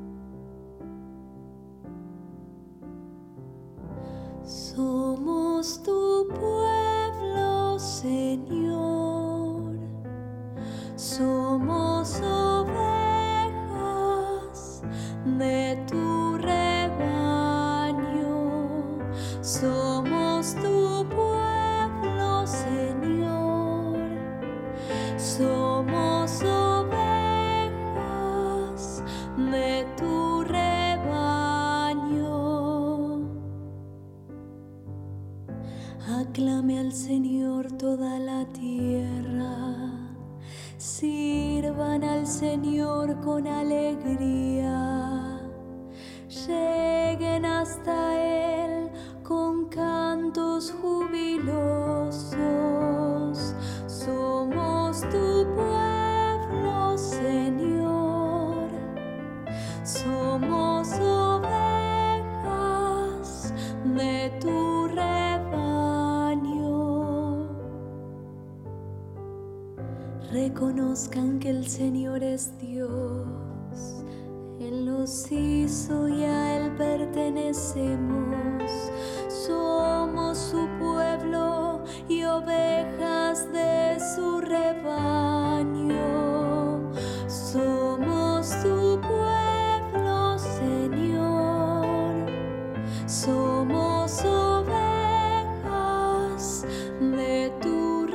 Somos tu pueblo, Señor. Somos ovejas de tu rebaño. Somos tu pueblo, Señor. Somos ovejas de tu rebaño. Aclame al Señor toda la tierra. Sirvan al Señor con alegría. Lleguen hasta Él con cantos jubilosos. Somos tu pueblo, Señor. Somos ovejas de tu rebaño. Reconozcan que el Señor es Dios. Él nos hizo y a Él pertenecemos. Somos su pueblo y ovejas de su rebaño. Somos tu pueblo, Señor. Somos ovejas de tu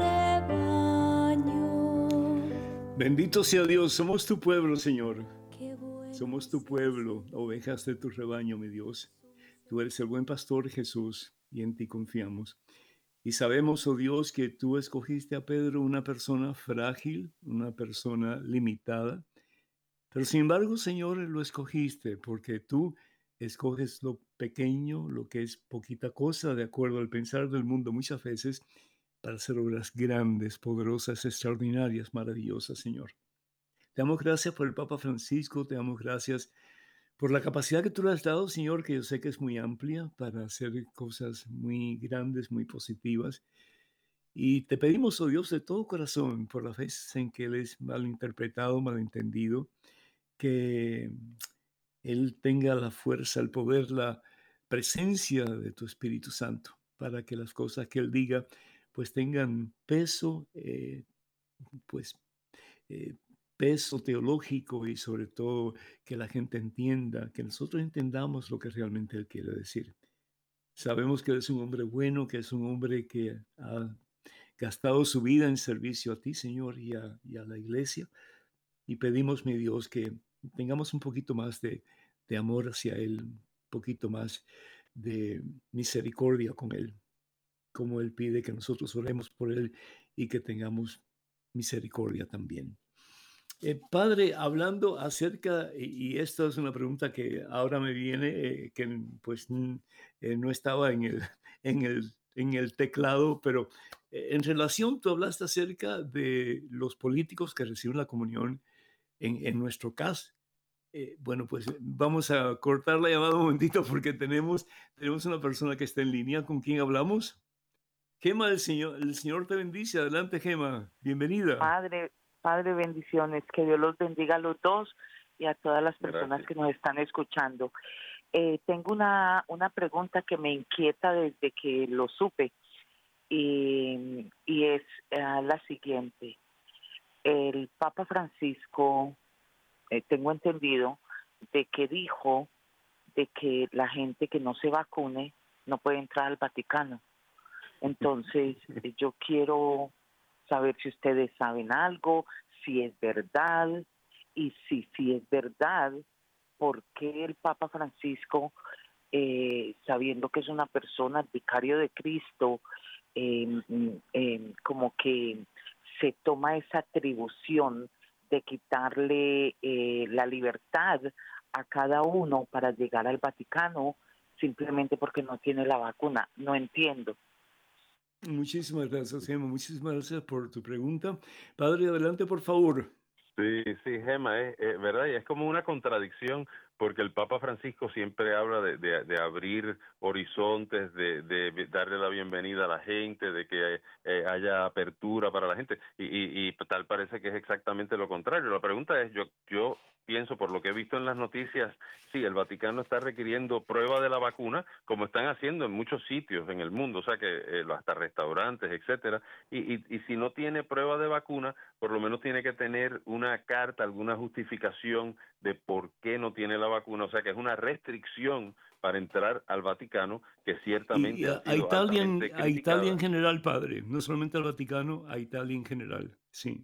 rebaño. Bendito sea Dios, somos tu pueblo, Señor. Somos tu pueblo, ovejas de tu rebaño, mi Dios. Tú eres el buen pastor, Jesús, y en ti confiamos. Y sabemos, oh Dios, que tú escogiste a Pedro, una persona frágil, una persona limitada. Pero sin embargo, Señor, lo escogiste porque tú escoges lo pequeño, lo que es poquita cosa, de acuerdo al pensar del mundo muchas veces, para hacer obras grandes, poderosas, extraordinarias, maravillosas, Señor. Te damos gracias por el Papa Francisco, te damos gracias por la capacidad que tú le has dado, Señor, que yo sé que es muy amplia para hacer cosas muy grandes, muy positivas. Y te pedimos, oh Dios, de todo corazón, por las veces en que Él es malinterpretado, malentendido, que Él tenga la fuerza, el poder, la presencia de tu Espíritu Santo, para que las cosas que Él diga, pues tengan peso, peso teológico y sobre todo que la gente entienda, que nosotros entendamos lo que realmente Él quiere decir. Sabemos que Él es un hombre bueno, que es un hombre que ha gastado su vida en servicio a ti, Señor, y a la iglesia. Y pedimos, mi Dios, que tengamos un poquito más de amor hacia Él, un poquito más de misericordia con Él, como Él pide que nosotros oremos por Él y que tengamos misericordia también. Padre, hablando acerca, y esta es una pregunta que ahora me viene, que pues no estaba en el teclado, pero en relación, tú hablaste acerca de los políticos que reciben la comunión en nuestro caso. Bueno, pues vamos a cortar la llamada un momentito porque tenemos una persona que está en línea. ¿Con quién hablamos? Gema, el Señor te bendice. Adelante, Gema. Bienvenida. Padre, bendiciones. Que Dios los bendiga a los dos y a todas las personas Gracias. que nos están escuchando. Tengo una pregunta que me inquieta desde que lo supe y es la siguiente. El Papa Francisco, tengo entendido, de que dijo de que la gente que no se vacune no puede entrar al Vaticano. Entonces, yo quiero saber si ustedes saben algo, si es verdad, y si es verdad, ¿por qué el Papa Francisco, sabiendo que es una persona, el vicario de Cristo, como que se toma esa atribución de quitarle la libertad a cada uno para llegar al Vaticano simplemente porque no tiene la vacuna? No entiendo. Muchísimas gracias, Gema. Muchísimas gracias por tu pregunta. Padre, adelante, por favor. Sí, Gema, es verdad, y es como una contradicción, porque el Papa Francisco siempre habla de abrir horizontes, de darle la bienvenida a la gente, de que haya apertura para la gente, y tal parece que es exactamente lo contrario. La pregunta es, yo pienso, por lo que he visto en las noticias, sí, el Vaticano está requiriendo prueba de la vacuna, como están haciendo en muchos sitios en el mundo, o sea que hasta restaurantes, etcétera, y si no tiene prueba de vacuna, por lo menos tiene que tener una carta, alguna justificación de por qué no tiene la vacuna, o sea que es una restricción para entrar al Vaticano que ciertamente Y ha sido altamente criticada. a Italia en general, Padre, no solamente al Vaticano, a Italia en general, sí.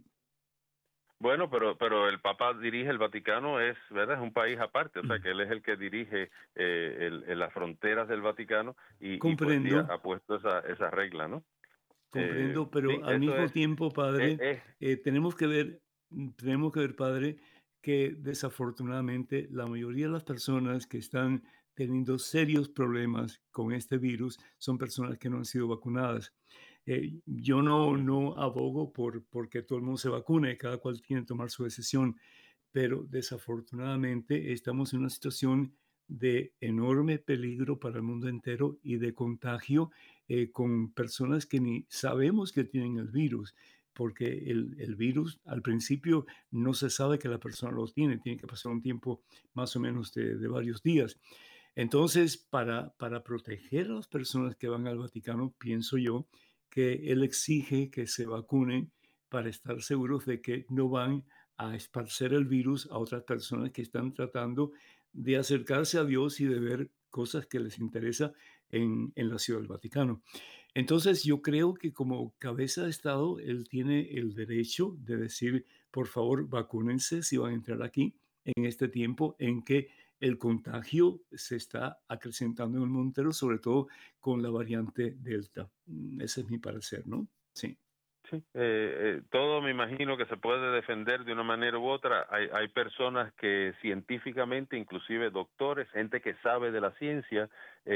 Bueno, pero el Papa dirige el Vaticano, ¿verdad? Es un país aparte, o sea que él es el que dirige las fronteras del Vaticano y pues sí, Comprendo, ha puesto esa regla, ¿no? comprendo, pero Sí, al eso mismo es. tiempo, Padre, tenemos que ver, Padre, que desafortunadamente la mayoría de las personas que están teniendo serios problemas con este virus son personas que no han sido vacunadas. Yo no abogo por que todo el mundo se vacune, cada cual tiene que tomar su decisión, pero desafortunadamente estamos en una situación de enorme peligro para el mundo entero y de contagio con personas que ni sabemos que tienen el virus, porque el virus al principio no se sabe que la persona lo tiene que pasar un tiempo más o menos de varios días. Entonces, para proteger a las personas que van al Vaticano, pienso yo que él exige que se vacunen para estar seguros de que no van a esparcer el virus a otras personas que están tratando de acercarse a Dios y de ver cosas que les interesa en la Ciudad del Vaticano. Entonces, yo creo que como cabeza de Estado, él tiene el derecho de decir, por favor, vacúnense si van a entrar aquí en este tiempo en que el contagio se está acrecentando en el mundo entero, sobre todo con la variante Delta. Ese es mi parecer, ¿no? Sí. Sí, todo me imagino que se puede defender de una manera u otra. Hay personas que científicamente, inclusive doctores, gente que sabe de la ciencia,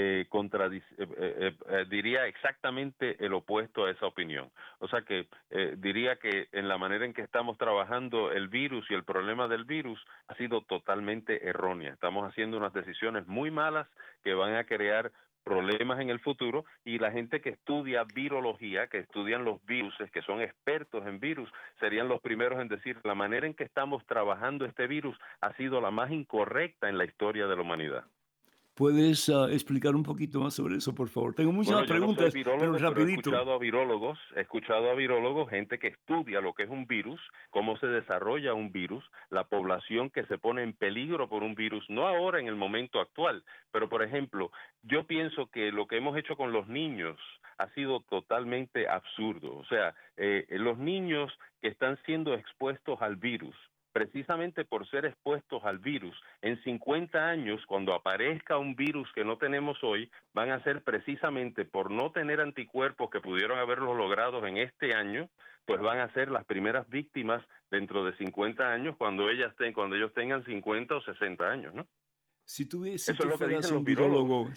diría exactamente el opuesto a esa opinión. O sea que diría que en la manera en que estamos trabajando el virus y el problema del virus ha sido totalmente errónea. Estamos haciendo unas decisiones muy malas que van a crear problemas en el futuro, y la gente que estudia virología, que estudian los virus, que son expertos en virus, serían los primeros en decir la manera en que estamos trabajando este virus ha sido la más incorrecta en la historia de la humanidad. ¿Puedes explicar un poquito más sobre eso, por favor? Tengo muchas preguntas, pero rapidito. He escuchado a virólogos, gente que estudia lo que es un virus, cómo se desarrolla un virus, la población que se pone en peligro por un virus, no ahora en el momento actual, pero por ejemplo, yo pienso que lo que hemos hecho con los niños ha sido totalmente absurdo. O sea, los niños que están siendo expuestos al virus, precisamente por ser expuestos al virus, en 50 años, cuando aparezca un virus que no tenemos hoy, van a ser precisamente por no tener anticuerpos que pudieron haberlos logrado en este año, pues van a ser las primeras víctimas dentro de 50 años cuando ellos tengan 50 o 60 años, ¿no? Si tú fueras un virólogo,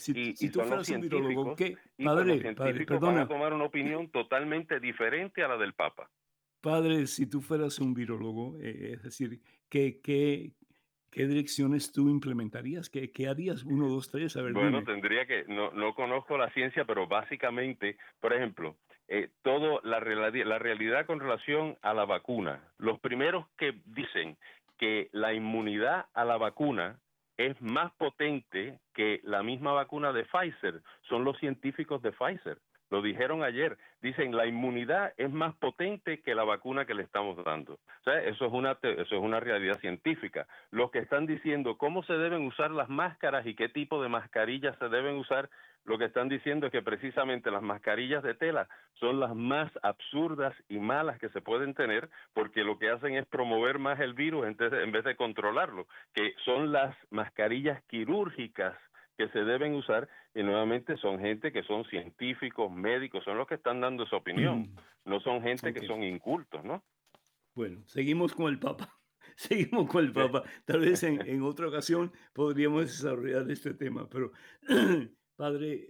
¿qué? Padre, perdona. Van a tomar una opinión totalmente diferente a la del Papa. Padre, si tú fueras un virólogo, es decir, ¿qué direcciones tú implementarías? ¿Qué harías? 1, 2, 3, a ver, bueno, dime. Tendría que, no conozco la ciencia, pero básicamente, por ejemplo, la realidad con relación a la vacuna. Los primeros que dicen que la inmunidad a la vacuna es más potente que la misma vacuna de Pfizer son los científicos de Pfizer. Lo dijeron ayer. Dicen la inmunidad es más potente que la vacuna que le estamos dando. O sea, eso es una realidad científica. Los que están diciendo cómo se deben usar las máscaras y qué tipo de mascarillas se deben usar, lo que están diciendo es que precisamente las mascarillas de tela son las más absurdas y malas que se pueden tener, porque lo que hacen es promover más el virus en vez de controlarlo, que son las mascarillas quirúrgicas que se deben usar, y nuevamente son gente que son científicos, médicos, son los que están dando esa opinión, no son gente que son incultos, ¿no? Bueno, seguimos con el Papa. Seguimos con el Papa. Tal vez en otra ocasión podríamos desarrollar este tema, pero Padre,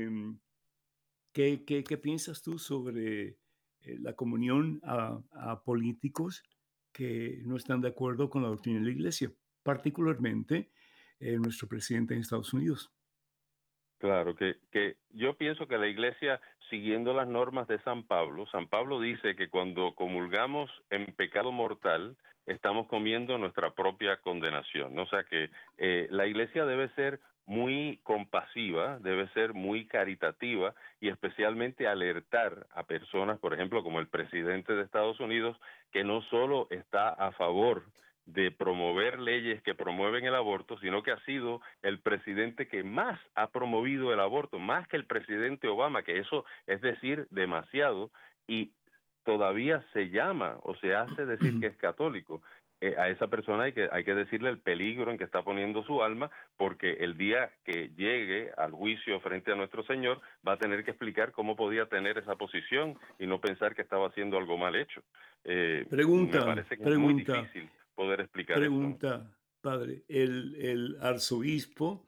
¿qué piensas tú sobre la comunión a políticos que no están de acuerdo con la doctrina de la Iglesia, particularmente nuestro presidente en Estados Unidos? Claro, que yo pienso que la Iglesia, siguiendo las normas de San Pablo dice que cuando comulgamos en pecado mortal, estamos comiendo nuestra propia condenación, ¿no? O sea que la Iglesia debe ser muy compasiva, debe ser muy caritativa y especialmente alertar a personas, por ejemplo, como el presidente de Estados Unidos, que no solo está a favor de promover leyes que promueven el aborto, sino que ha sido el presidente que más ha promovido el aborto, más que el presidente Obama, que eso es decir demasiado, y todavía se llama o se hace decir que es católico. A esa persona hay que decirle el peligro en que está poniendo su alma, porque el día que llegue al juicio frente a nuestro Señor va a tener que explicar cómo podía tener esa posición y no pensar que estaba haciendo algo mal hecho. Me parece que es muy difícil poder explicar eso. Padre, el arzobispo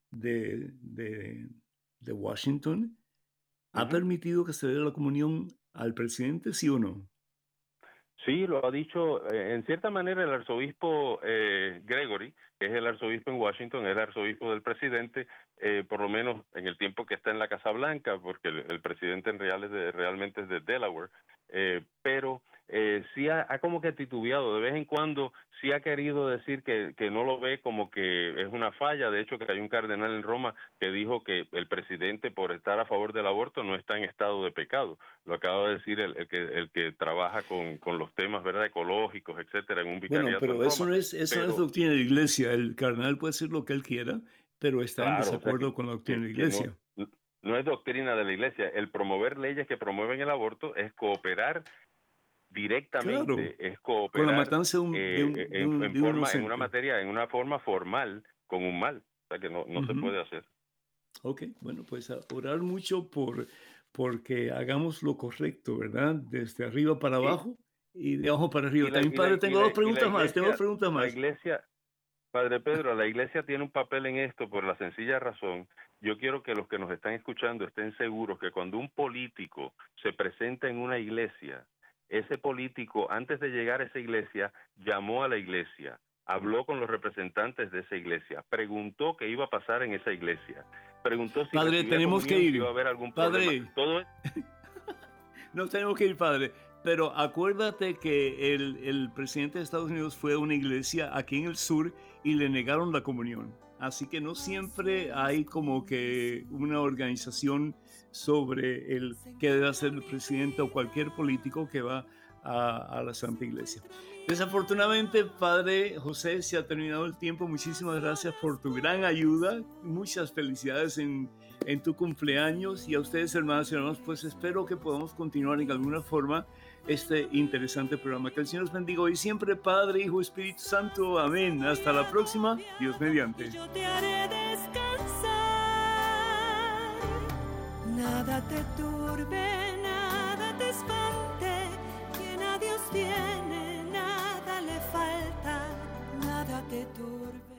de Washington ha permitido que se dé la comunión al presidente, ¿sí o no? Sí, lo ha dicho, en cierta manera el arzobispo Gregory, que es el arzobispo en Washington, es el arzobispo del presidente, por lo menos en el tiempo que está en la Casa Blanca, porque el presidente realmente es de Delaware, pero sí ha como que titubeado, de vez en cuando sí ha querido decir que no lo ve como que es una falla. De hecho, que hay un cardenal en Roma que dijo que el presidente, por estar a favor del aborto, no está en estado de pecado. Lo acaba de decir el que trabaja con los temas, ¿verdad?, ecológicos, etcétera, en un vicariato. Bueno, pero eso no es doctrina de la Iglesia. El cardenal puede decir lo que él quiera, pero está en desacuerdo con la doctrina de la Iglesia. No es doctrina de la Iglesia. El promover leyes que promueven el aborto es cooperar directamente, es cooperar con la matanza en una forma formal con un mal, o sea que no se puede hacer. Ok, bueno, pues a orar mucho porque hagamos lo correcto, ¿verdad? Desde arriba para abajo y de abajo para arriba. También, Padre, tengo dos preguntas más. La Iglesia, Padre Pedro, la Iglesia tiene un papel en esto por la sencilla razón. Yo quiero que los que nos están escuchando estén seguros que cuando un político se presenta en una iglesia, ese político, antes de llegar a esa iglesia, llamó a la iglesia, habló con los representantes de esa iglesia, preguntó qué iba a pasar en esa iglesia, preguntó si Padre, tenemos que ir. Iba a haber algún Padre, problema. Nos tenemos que ir, Padre. Pero acuérdate que el presidente de Estados Unidos fue a una iglesia aquí en el sur y le negaron la comunión. Así que no siempre hay como que una organización sobre el qué debe hacer el presidente o cualquier político que va a la Santa Iglesia. Desafortunadamente, Padre José, se ha terminado el tiempo. Muchísimas gracias por tu gran ayuda. Muchas felicidades en tu cumpleaños. Y a ustedes, hermanas y hermanos, pues espero que podamos continuar en alguna forma este interesante programa. Que el Señor los bendiga hoy siempre, Padre, Hijo, Espíritu Santo. Amén. Hasta la próxima. Dios mediante. Yo te haré descansar. Nada te turbe, nada te espante. Quien a Dios tiene, nada le falta, nada te turbe.